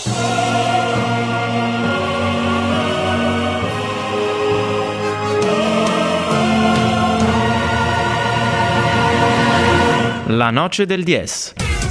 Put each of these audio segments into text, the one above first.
La noche del 10.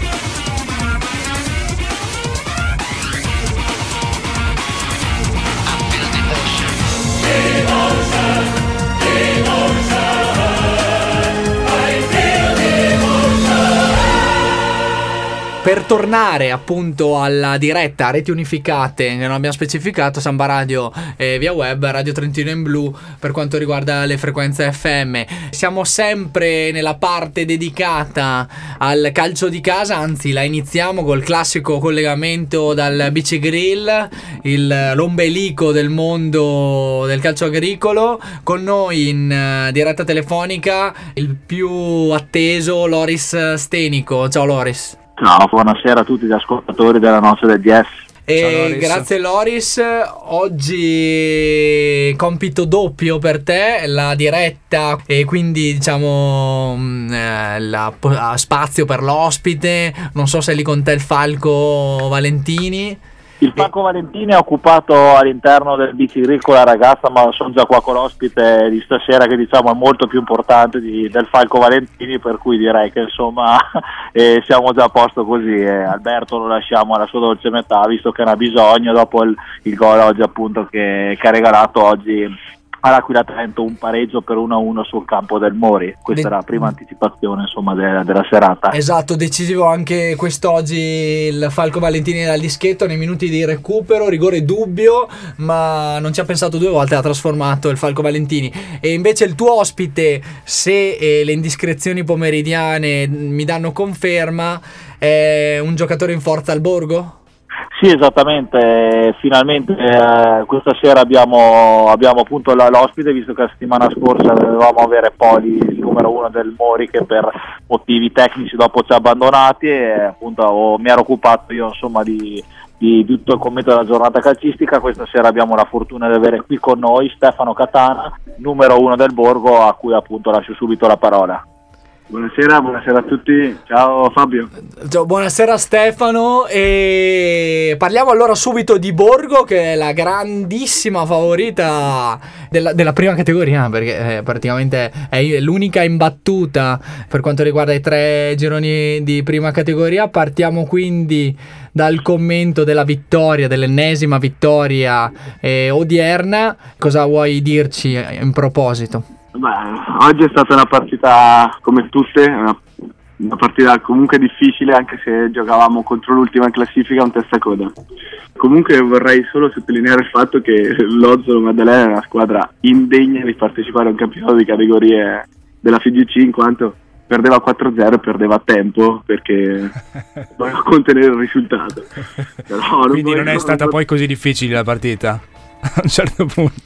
Per tornare appunto alla diretta a reti unificate che non abbiamo specificato, Samba Radio via web, Radio Trentino in blu per quanto riguarda le frequenze FM. Siamo sempre nella parte dedicata al calcio di casa, anzi la iniziamo col classico collegamento dal Bici Grill, l'ombelico del mondo del calcio agricolo. Con noi in diretta telefonica il più atteso Loris Stenico. Ciao Loris. Ciao, buonasera a tutti gli ascoltatori della noce del 10. Grazie Loris, oggi compito doppio per te, la diretta e quindi diciamo spazio per l'ospite. Non so se è lì con te il Falco Valentini. Il Falco Valentini è occupato all'interno del Bici Grill con la ragazza, ma sono già qua con l'ospite di stasera che diciamo è molto più importante del Falco Valentini, per cui direi che insomma siamo già a posto così. Alberto lo lasciamo alla sua dolce metà, visto che ne ha bisogno dopo il gol oggi appunto che ha regalato oggi all'Aquila Trento, un pareggio per 1-1 sul campo del Mori. Questa era la prima anticipazione insomma della serata. Esatto, decisivo anche quest'oggi il Falco Valentini dal dischetto nei minuti di recupero, rigore dubbio, ma non ci ha pensato due volte, ha trasformato il Falco Valentini. E invece il tuo ospite, se le indiscrezioni pomeridiane mi danno conferma, è un giocatore in forza al Borgo? Sì, esattamente, finalmente questa sera abbiamo appunto l'ospite, visto che la settimana scorsa dovevamo avere poi il numero 1 del Mori che per motivi tecnici dopo ci ha abbandonati, e appunto mi ero occupato io insomma di tutto il commento della giornata calcistica. Questa sera abbiamo la fortuna di avere qui con noi Stefano Catana, numero 1 del Borgo, a cui appunto lascio subito la parola. Buonasera a tutti, ciao Fabio. Buonasera Stefano, e parliamo allora subito di Borgo, che è la grandissima favorita della prima categoria, perché praticamente è l'unica imbattuta per quanto riguarda i 3 gironi di prima categoria. Partiamo quindi dal commento della vittoria, dell'ennesima vittoria odierna. Cosa vuoi dirci in proposito? Beh, oggi è stata una partita come tutte, una partita comunque difficile, anche se giocavamo contro l'ultima in classifica, un testacoda. Comunque vorrei solo sottolineare il fatto che l'Ozzolo Maddalena è una squadra indegna di partecipare a un campionato di categorie della FIGC, in quanto perdeva 4-0 e perdeva a tempo perché voleva contenere il risultato. Però quindi non è stata poi così difficile la partita a un certo punto.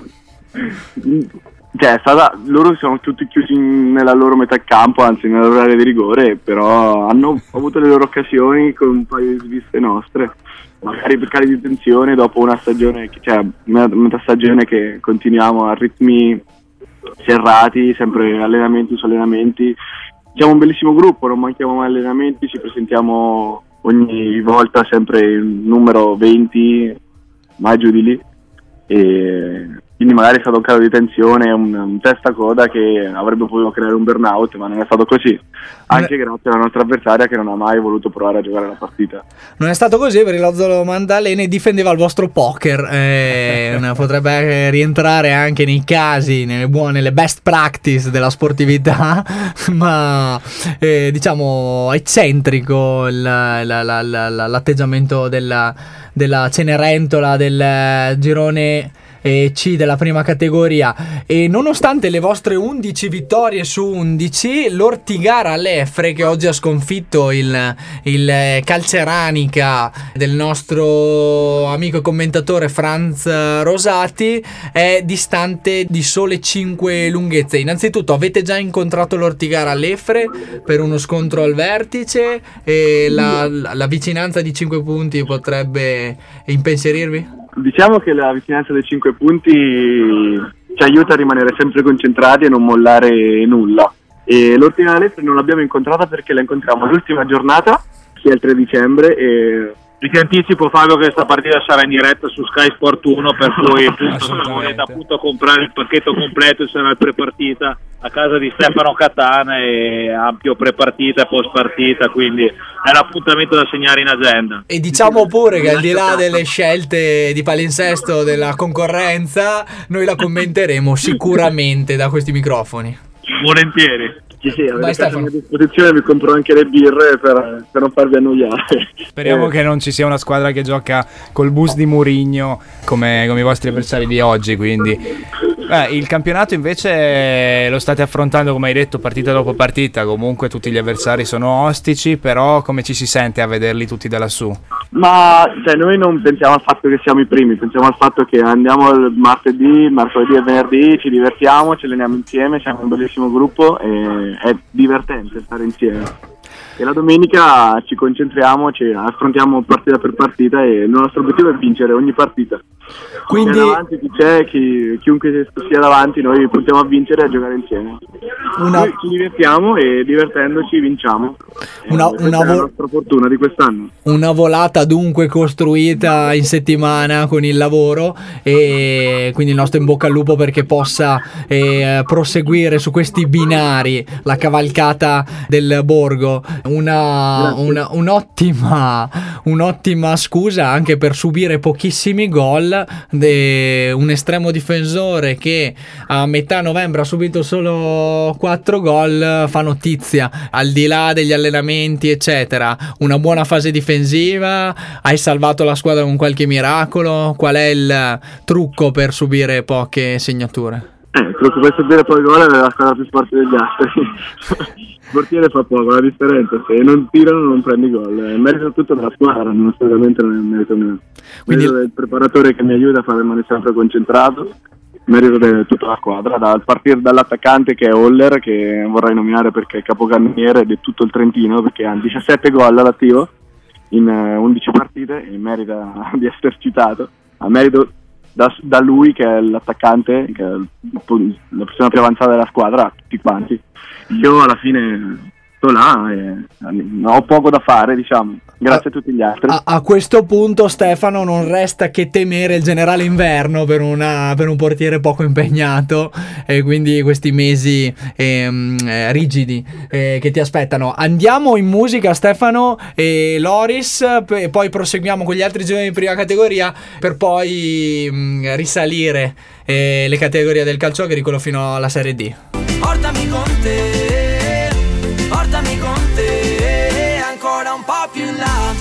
Cioè, loro sono tutti chiusi nella loro metà campo, anzi nella loro area di rigore, però hanno avuto le loro occasioni con un paio di sviste nostre, magari per cali di tensione dopo una stagione, cioè metà stagione che continuiamo a ritmi serrati, sempre allenamenti su allenamenti. Siamo un bellissimo gruppo, non manchiamo mai allenamenti, ci presentiamo ogni volta sempre il numero 20, mai giù di lì, e quindi magari è stato un calo di tensione, un testacoda che avrebbe potuto creare un burnout, ma non è stato così, anche grazie alla nostra avversaria che non ha mai voluto provare a giocare la partita. Non è stato così perché l'Ozzolo Maddalena difendeva il vostro poker, potrebbe rientrare anche nei casi, nelle best practice della sportività, ma diciamo eccentrico l'atteggiamento della Cenerentola del girone C della prima categoria. E nonostante le vostre 11 vittorie su 11, l'Ortigara Lefre, che oggi ha sconfitto il Calceranica del nostro amico e commentatore Franz Rosati, è distante di sole 5 lunghezze. Innanzitutto, avete già incontrato l'Ortigara Lefre per uno scontro al vertice e la vicinanza di 5 punti potrebbe impensierirvi? Diciamo che la vicinanza dei 5 punti ci aiuta a rimanere sempre concentrati e non mollare nulla. E l'Ortigara Lefre non l'abbiamo incontrata perché la incontriamo l'ultima giornata, che è il 3 dicembre, e Ti anticipo, Fabio, che questa partita sarà in diretta su Sky Sport 1, per cui se volete appunto comprare il pacchetto completo sarà il prepartita a casa di Stefano Catana e ampio prepartita e post partita, quindi è l'appuntamento da segnare in agenda. E diciamo pure che al di là delle scelte di palinsesto della concorrenza, noi la commenteremo sicuramente da questi microfoni. Volentieri. Sì, avete a mia disposizione, vi compro anche le birre per non farvi annoiare. Speriamo che non ci sia una squadra che gioca col bus di Mourinho come i vostri avversari di oggi, quindi il campionato invece lo state affrontando, come hai detto, partita dopo partita. Comunque tutti gli avversari sono ostici, però come ci si sente a vederli tutti da lassù? Ma noi non pensiamo al fatto che siamo i primi, pensiamo al fatto che andiamo il martedì, mercoledì e venerdì, ci divertiamo, ci alleniamo insieme, siamo un bellissimo gruppo e è divertente stare insieme. E la domenica ci concentriamo, ci affrontiamo partita per partita e il nostro obiettivo è vincere ogni partita. Quindi chi è davanti, chi c'è, chiunque sia davanti, noi puntiamo a vincere e a giocare insieme. Noi ci divertiamo e divertendoci vinciamo. Questa è la nostra fortuna di quest'anno. Una volata dunque costruita in settimana con il lavoro, e quindi il nostro in bocca al lupo perché possa proseguire su questi binari la cavalcata del Borgo. Un'ottima scusa anche per subire pochissimi gol. Un estremo difensore che a metà novembre ha subito solo 4 gol fa notizia, al di là degli allenamenti eccetera. Una buona fase difensiva, hai salvato la squadra con qualche miracolo. Qual è il trucco per subire poche segnature? Il trucco per subire poi gol è la squadra più forte degli altri. Il portiere fa poco, la differenza, se non tirano non prendi gol, è merito tutto della squadra, non assolutamente non è merito mio. Merito del preparatore che mi aiuta a far rimanere sempre concentrato, merito di tutta la squadra, a partire dall'attaccante che è Holler, che vorrei nominare perché è capocannoniere di tutto il Trentino, perché ha 17 gol all'attivo in 11 partite e merita di essere citato, a merito da lui che è l'attaccante, che è la persona più avanzata della squadra, tutti quanti. Io alla fine sto là e ho poco da fare, diciamo, grazie a tutti gli altri. A questo punto, Stefano, non resta che temere il generale inverno per un portiere poco impegnato, e quindi questi mesi rigidi che ti aspettano. Andiamo in musica, Stefano e Loris, e poi proseguiamo con gli altri gironi di prima categoria per poi risalire le categorie del calcio agricolo fino alla Serie D. Portami con te, ancora un po' più in là.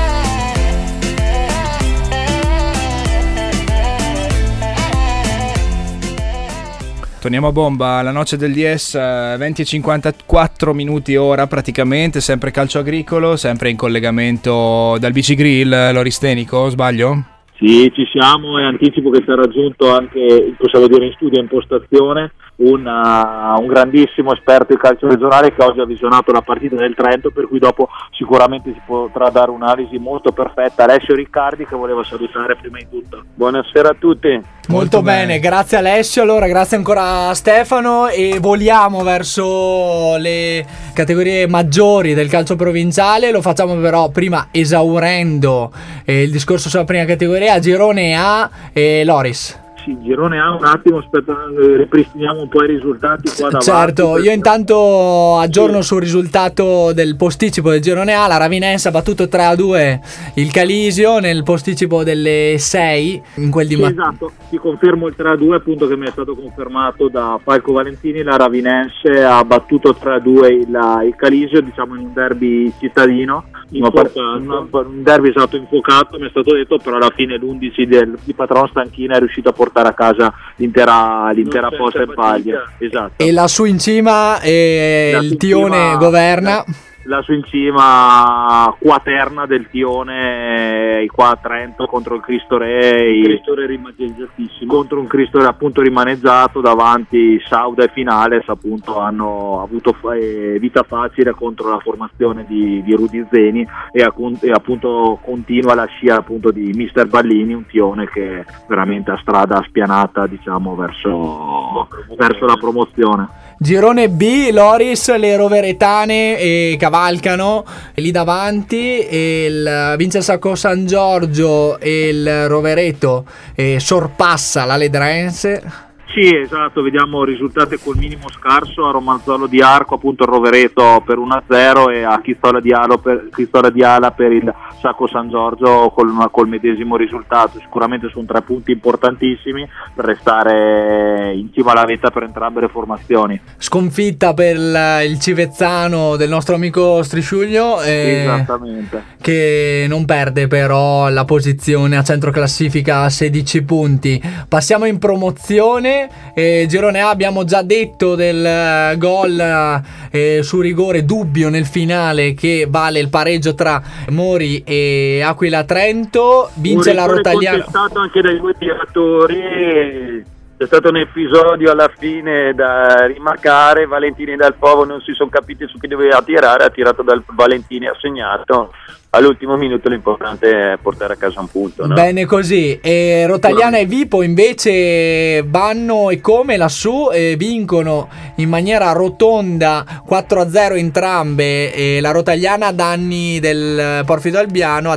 Torniamo a bomba, la noce del DS, 20:54 minuti ora praticamente, sempre calcio agricolo, sempre in collegamento dal BC Grill, Loristenico, sbaglio? Sì, ci siamo, e anticipo che si è raggiunto anche, possiamo dire, in studio e in postazione un grandissimo esperto di calcio regionale che oggi ha visionato la partita del Trento, per cui dopo sicuramente si potrà dare un'analisi molto perfetta. Alessio Riccardi, che voleva salutare prima di tutto. Buonasera a tutti. Molto bene, grazie Alessio. Allora, grazie ancora a Stefano, e voliamo verso le categorie maggiori del calcio provinciale. Lo facciamo però prima esaurendo il discorso sulla prima categoria, girone A, e Loris. Sì, girone A, un attimo, aspetta, ripristiniamo un po' i risultati qua davanti. Certo, io intanto aggiorno sul risultato del posticipo del girone A. La Ravinense ha battuto 3-2 il Calisio nel posticipo delle 6 in quel di esatto, ti confermo il 3-2 appunto che mi è stato confermato da Falco Valentini. La Ravinense ha battuto 3-2 il Calisio, diciamo in un derby cittadino, un derby esatto infuocato, mi è stato detto, però alla fine l'11 di Patron Stanchina è riuscito a portare a casa l'intera posta in paglia. Esatto. E lassù in cima il Tione governa. Lassù in cima quaterna del Tione, qua a Trento contro il Cristo Re, rimaneggiatissimo, contro un Cristo Re appunto rimaneggiato, davanti Sauda e Finales appunto hanno avuto vita facile contro la formazione di Rudy Zeni, e appunto continua la scia appunto di Mister Ballini, un Tione che è veramente a strada spianata, diciamo, verso la promozione. Girone B, Loris, le roveretane cavalcano lì davanti, e vince il Sacco San Giorgio e il Rovereto sorpassa la Ledrense. Sì, esatto, vediamo risultati col minimo scarso. A Romanzolo di Arco appunto il Rovereto per 1-0 e a Chistola di Ala per il Sacco San Giorgio col medesimo risultato. Sicuramente sono 3 punti importantissimi per restare in cima alla vetta per entrambe le formazioni. Sconfitta per il Civezzano del nostro amico Strisciuglio, Esattamente, che non perde però la posizione a centro classifica a 16 punti. Passiamo in promozione. Girone A, abbiamo già detto del gol su rigore dubbio nel finale che vale il pareggio tra Mori e Aquila Trento. Vince la Rotagliana. Contestato anche dai 2 tiratori. C'è stato un episodio alla fine da rimarcare. Valentini e Dal Povo non si sono capiti su chi doveva tirare, ha tirato dal Valentini, ha segnato. All'ultimo minuto l'importante è portare a casa un punto, no? Bene così. E Rotagliana e Vipo invece vanno e come lassù vincono in maniera rotonda 4-0 entrambe, e la Rotagliana a danno del Porfido Albiano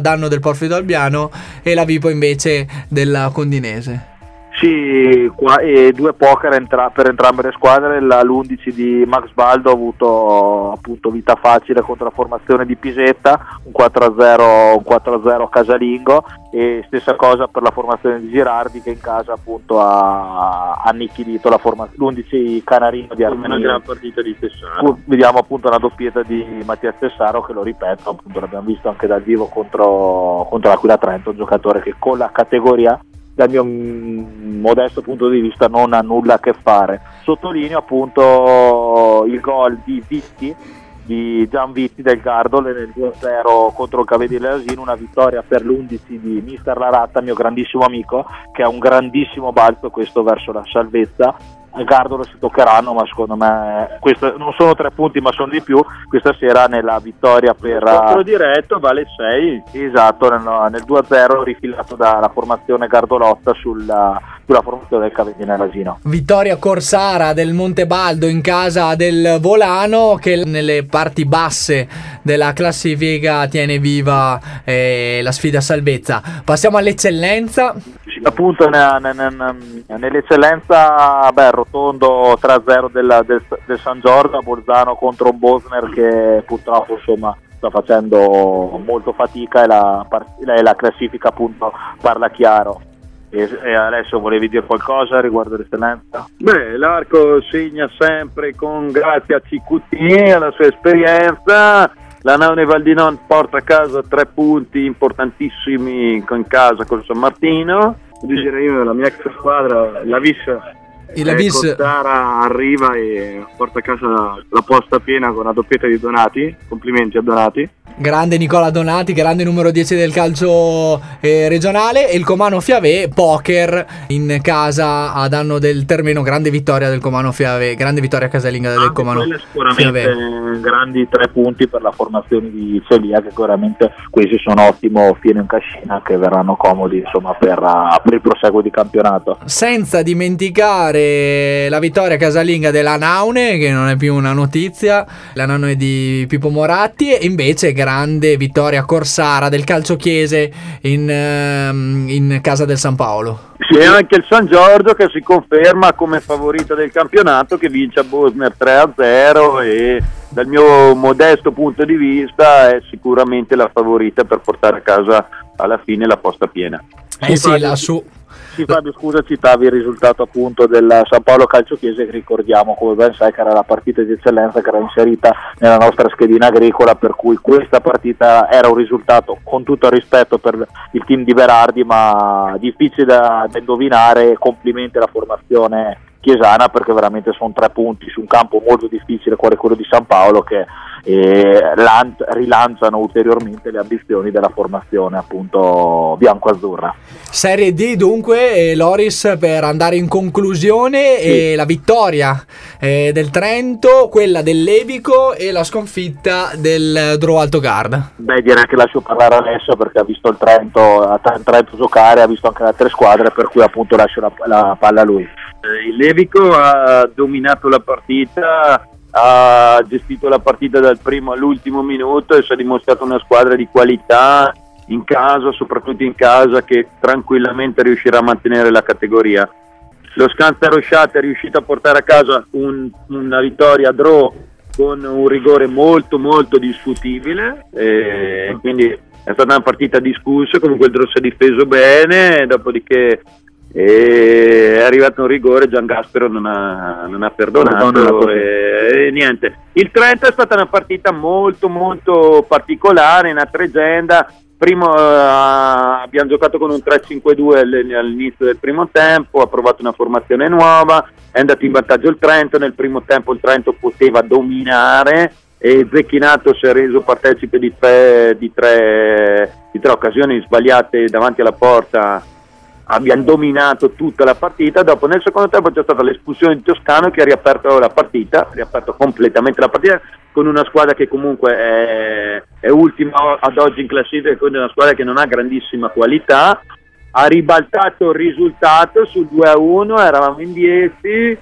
e la Vipo invece della Condinese. Sì, qua, 2 poker per entrambe le squadre. L'11 di Max Baldo ha avuto appunto vita facile contro la formazione di Pisetta, un 4-0 casalingo, e stessa cosa per la formazione di Girardi, che in casa appunto ha annichilito l'11 canarino di Armenia. Una gran partita di Tessaro. Vediamo appunto una doppietta di Mattia Tessaro, che lo ripeto, appunto l'abbiamo visto anche dal vivo contro l'Aquila Trento, un giocatore che con la categoria, dal mio modesto punto di vista, non ha nulla a che fare. Sottolineo appunto il gol di Vitti, di Gian Vitti del Gardole nel 2-0 contro il Cavedile Asino, una vittoria per l'11 di Mister Laratta, mio grandissimo amico, che ha un grandissimo balzo questo verso la salvezza. Al Gardolo si toccheranno, ma secondo me questo non sono 3 punti, ma sono di più questa sera nella vittoria per il diretto vale 6. Esatto, nel 2-0 rifilato dalla formazione Gardolotta sulla formazione del Cavendine Rasino. Vittoria corsara del Montebaldo in casa del Volano, che nelle parti basse della classifica tiene viva la sfida a salvezza. Passiamo all'eccellenza. Appunto nell'eccellenza, rotondo 3-0 del San Giorgio a Bolzano contro un Bosner che purtroppo insomma sta facendo molto fatica, e la classifica appunto parla chiaro. E adesso volevi dire qualcosa riguardo l'eccellenza? L'Arco segna sempre grazie a CQT e alla sua esperienza. La Naune Valdinon porta a casa 3 punti importantissimi in casa col San Martino. Direi io della mia ex squadra, la Vis Corsara arriva e porta a casa la posta piena con la doppietta di Donati. Complimenti a Donati. Grande Nicola Donati, grande numero 10 del calcio regionale. E il Comano Fiave poker in casa a danno del Termeno, grande vittoria del Comano Fiave, grande vittoria casalinga del Comano sicuramente Fiave. Grandi 3 punti per la formazione di Celia, che sicuramente questi sono ottimo fieno in cascina, che verranno comodi insomma per il proseguo di campionato. Senza dimenticare la vittoria casalinga della Naune, che non è più una notizia, la Naune di Pippo Moratti, e invece grande vittoria corsara del Calcio Chiese in casa del San Paolo. Sì, e anche il San Giorgio che si conferma come favorito del campionato, che vince a Bosner 3-0 e dal mio modesto punto di vista è sicuramente la favorita per portare a casa alla fine la posta piena. Sì, Fabio, scusa, citavi il risultato appunto del San Paolo Calcio Chiese, che ricordiamo, come ben sai, che era la partita di eccellenza che era inserita nella nostra schedina agricola, per cui questa partita era un risultato, con tutto il rispetto per il team di Berardi, ma difficile da indovinare. Complimenti alla formazione chiesana, perché veramente sono 3 punti su un campo molto difficile quale quello di San Paolo, che rilanciano ulteriormente le ambizioni della formazione appunto bianco-azzurra. Serie D dunque, Loris, per andare in conclusione, sì. La vittoria del Trento, quella del Levico e la sconfitta del Dro Alto Garda. Direi che lascio parlare Alessio, perché ha visto il Trento giocare, ha visto anche le altre squadre, per cui appunto lascio la palla a lui. Il Levico ha dominato la partita, ha gestito la partita dal primo all'ultimo minuto e si è dimostrata una squadra di qualità in casa, soprattutto in casa, che tranquillamente riuscirà a mantenere la categoria. Lo Scanza Rosciate è riuscito a portare a casa una vittoria a draw con un rigore molto molto discutibile, quindi è stata una partita discussa. Comunque il draw si è difeso bene, dopodiché è arrivato un rigore, Gian Gaspero non ha perdonato e niente. Il Trento è stata una partita molto molto particolare, una tregenda. Primo abbiamo giocato con un 3-5-2 all'inizio del primo tempo, ha provato una formazione nuova, è andato in vantaggio il Trento. Nel primo tempo il Trento poteva dominare e Zecchinato si è reso partecipe di tre occasioni sbagliate davanti alla porta. Abbiamo dominato tutta la partita. Dopo nel secondo tempo c'è stata l'espulsione di Toscano che ha riaperto completamente la partita, con una squadra che comunque è ultima ad oggi in classifica, quindi una squadra che non ha grandissima qualità. Ha ribaltato il risultato sul 2-1, eravamo in 10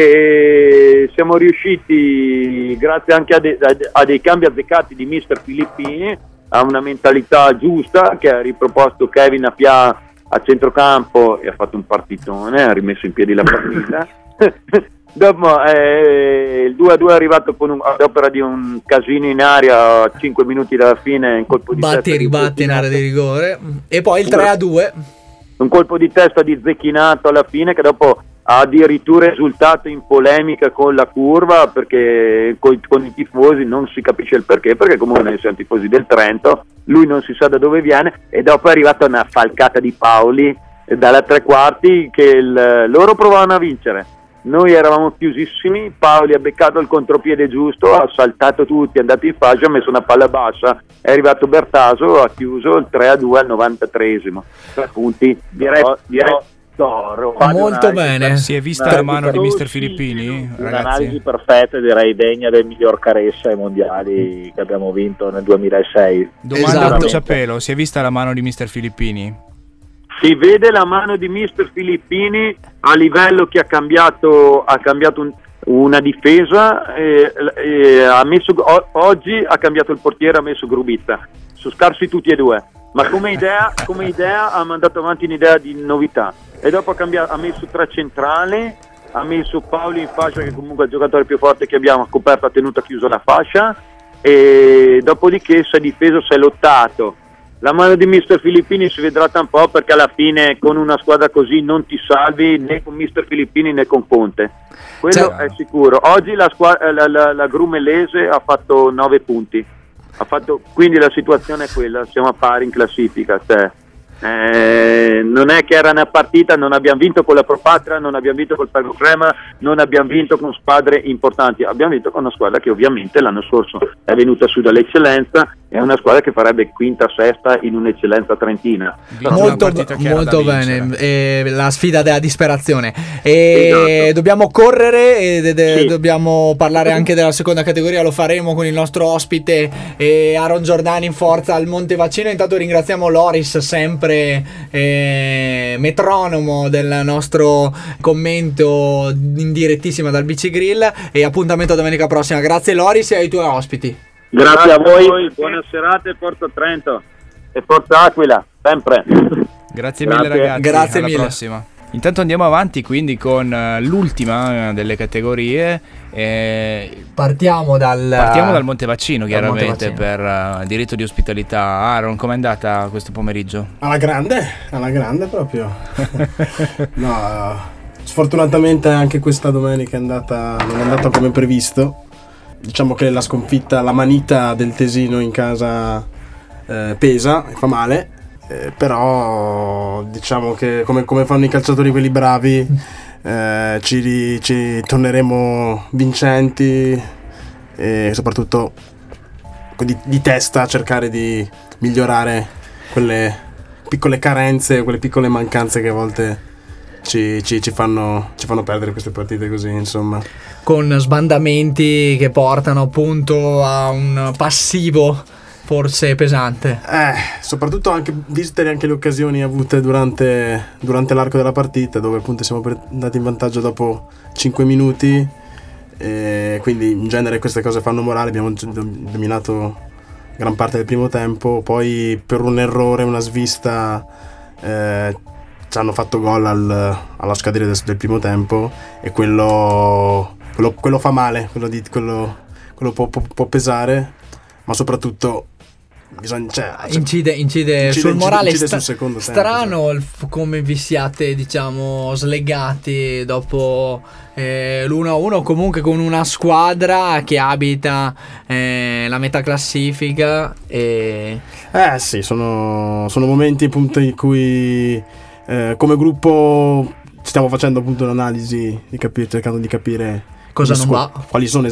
e siamo riusciti, grazie anche a dei cambi azzeccati di mister Filippini, a una mentalità giusta, che ha riproposto Kevin Appiah a centrocampo e ha fatto un partitone, ha rimesso in piedi la partita. Dopo il 2-2 è arrivato ad opera di un casino in aria a 5 minuti dalla fine, in colpo di testa ribatte in area di rigore, e poi il 3-2, un colpo di testa di Zecchinato alla fine, che dopo ha addirittura esultato in polemica con la curva, perché con i tifosi non si capisce il perché comunque noi siamo tifosi del Trento, lui non si sa da dove viene, e dopo è arrivata una falcata di Paoli dalla tre quarti che loro provavano a vincere, noi eravamo chiusissimi. Paoli ha beccato il contropiede giusto, ha saltato tutti, è andato in fascia, ha messo una palla bassa, è arrivato Bertaso, ha chiuso il 3-2 al 93esimo. 3 punti, direi d'oro. Molto bene. Si è vista la mano di mister Filippini, Un'analisi ragazzi? perfetta, direi degna del miglior Caressa ai mondiali che abbiamo vinto nel 2006. Domanda Esatto. a bruciapelo, si è vista la mano di mister Filippini? Si vede la mano di mister Filippini a livello che ha cambiato una difesa, oggi ha cambiato il portiere, ha messo Grubizza, sono scarsi tutti e due, ma come idea ha mandato avanti un'idea di novità, e dopo ha messo 3 centrali, ha messo Paoli in fascia, che comunque è il giocatore più forte che abbiamo, ha coperto, ha tenuto, ha chiuso la fascia, e dopodiché si è difeso, si è lottato. La mano di mister Filippini si vedrà tra un po', perché alla fine con una squadra così non ti salvi né con mister Filippini né con Conte, quello è sicuro. Oggi la Grumelese ha fatto 9 punti, quindi la situazione è quella, siamo a pari in classifica. Non è che era una partita, non abbiamo vinto con la Pro Patria, non abbiamo vinto col Ferro Crema, non abbiamo vinto con squadre importanti, abbiamo vinto con una squadra che ovviamente l'anno scorso è venuta su dall'eccellenza, è una squadra che farebbe quinta, sesta in un'eccellenza trentina. Molto bene, la sfida della disperazione, e esatto. Dobbiamo correre e Sì. dobbiamo parlare anche della seconda categoria, lo faremo con il nostro ospite Aaron Giordani in forza al Montevaccino. Intanto ringraziamo Loris, sempre metronomo del nostro commento in direttissima dal BC Grill, e appuntamento domenica prossima. Grazie Loris e ai tuoi ospiti. Grazie a voi, buona serata e Forza Trento e Forza Aquila, sempre. Grazie mille ragazzi, Grazie alla mille. prossima. Intanto andiamo avanti quindi con l'ultima delle categorie. Partiamo dal Montevaccino, chiaramente, Montevaccino. per diritto di ospitalità. Aaron, com'è andata questo pomeriggio? Alla grande proprio. No, sfortunatamente anche questa domenica non è andata come previsto. Diciamo che la sconfitta, la manita del Tesino in casa pesa e fa male, però diciamo che come fanno i calciatori quelli bravi, ci torneremo vincenti e soprattutto di testa a cercare di migliorare quelle piccole carenze, quelle piccole mancanze che a volte ci fanno perdere queste partite così, insomma, con sbandamenti che portano appunto a un passivo forse pesante. Soprattutto anche viste anche le occasioni avute durante l'arco della partita, dove appunto siamo andati in vantaggio dopo 5 minuti, e quindi in genere queste cose fanno morale. Abbiamo dominato gran parte del primo tempo, poi per un errore, una svista, ci hanno fatto gol alla scadere del primo tempo, e quello fa male, quello può pesare, ma soprattutto incide sul morale. Sul secondo tempo, strano come vi siate, diciamo, slegati dopo l'1-1, comunque con una squadra che abita la metà classifica. Sì, sono momenti appunto in cui come gruppo stiamo facendo appunto un'analisi cercando di capire cosa non va, quali sono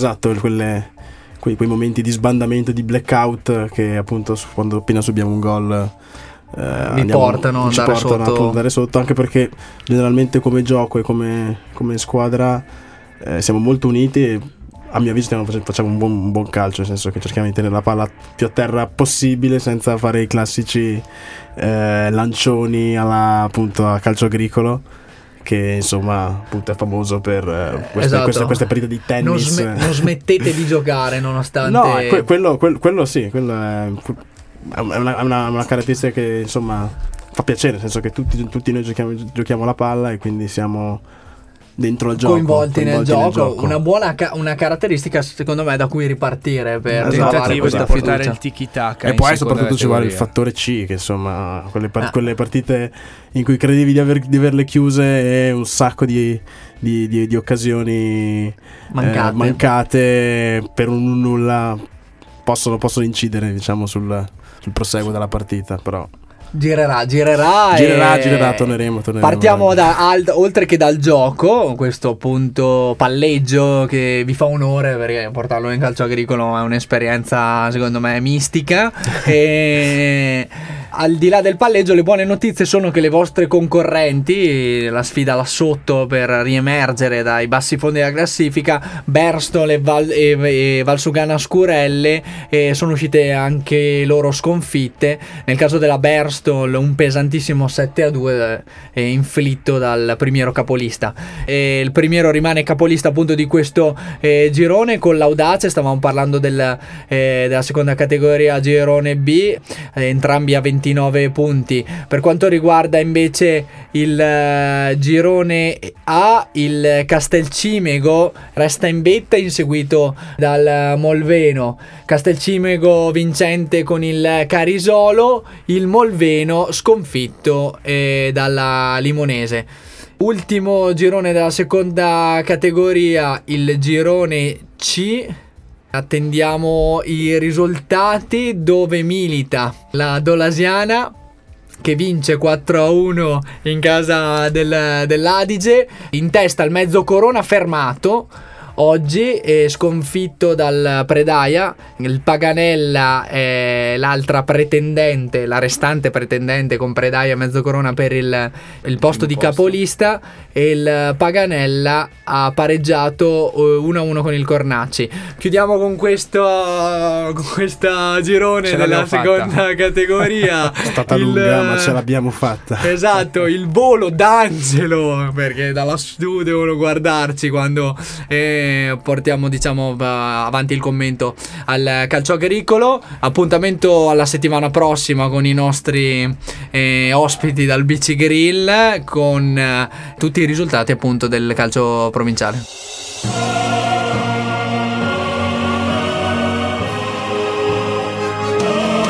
quei momenti di sbandamento, di blackout, che appunto quando appena subiamo un gol ci portano ad andare sotto, anche perché generalmente come gioco e come squadra siamo molto uniti, e a mio avviso facciamo un buon calcio, nel senso che cerchiamo di tenere la palla più a terra possibile senza fare i classici lancioni appunto a calcio agricolo, che insomma appunto è famoso per queste partite di tennis. Non smettete di giocare nonostante. No, quello sì, quello è una caratteristica che insomma fa piacere, nel senso che tutti noi giochiamo la palla, e quindi siamo dentro il gioco, coinvolti nel gioco. Una caratteristica secondo me da cui ripartire per trovare questa portare fiducia. il tiki-taka. E poi soprattutto ci vuole il fattore C, che insomma quelle partite in cui credevi di averle chiuse, e un sacco di occasioni mancate per un nulla possono incidere, diciamo, sul proseguo della partita. Però girerà, torneremo. Partiamo oltre che dal gioco, questo appunto palleggio che vi fa onore, perché portarlo in calcio agricolo è un'esperienza secondo me mistica. E al di là del palleggio, le buone notizie sono che le vostre concorrenti, la sfida là sotto per riemergere dai bassi fondi della classifica, Berstol e Valsugana Scurelle, sono uscite anche loro sconfitte. Nel caso della Berstol un pesantissimo 7-2 inflitto dal Primiero capolista, e il Primiero rimane capolista appunto di questo girone con l'Audace. Stavamo parlando della seconda categoria, girone B, entrambi a 29 punti. Per quanto riguarda invece il girone A, il Castelcimego resta in vetta, inseguito dal Molveno. Castelcimego vincente con il Carisolo, il Molveno sconfitto dalla Limonese. Ultimo girone della seconda categoria, il girone C. Attendiamo i risultati, dove milita la Dolasiana, che vince 4-1 in casa dell'Adige. In testa il Mezzocorona, fermato oggi, sconfitto dal Predaia. Il Paganella è l'altra pretendente, la restante pretendente con Predaia e Mezzocorona per il posto di capolista, e il Paganella ha pareggiato 1-1 con il Cornacci. Chiudiamo con questo girone della seconda categoria. È stata lunga, ma ce l'abbiamo fatta. Esatto, il volo d'Angelo, perché da lassù devono guardarci quando portiamo, diciamo, avanti il commento al calcio agricolo. Appuntamento alla settimana prossima con i nostri ospiti dal BC Grill, con tutti i risultati appunto del calcio provinciale.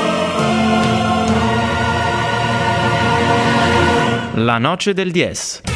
La noce del 10.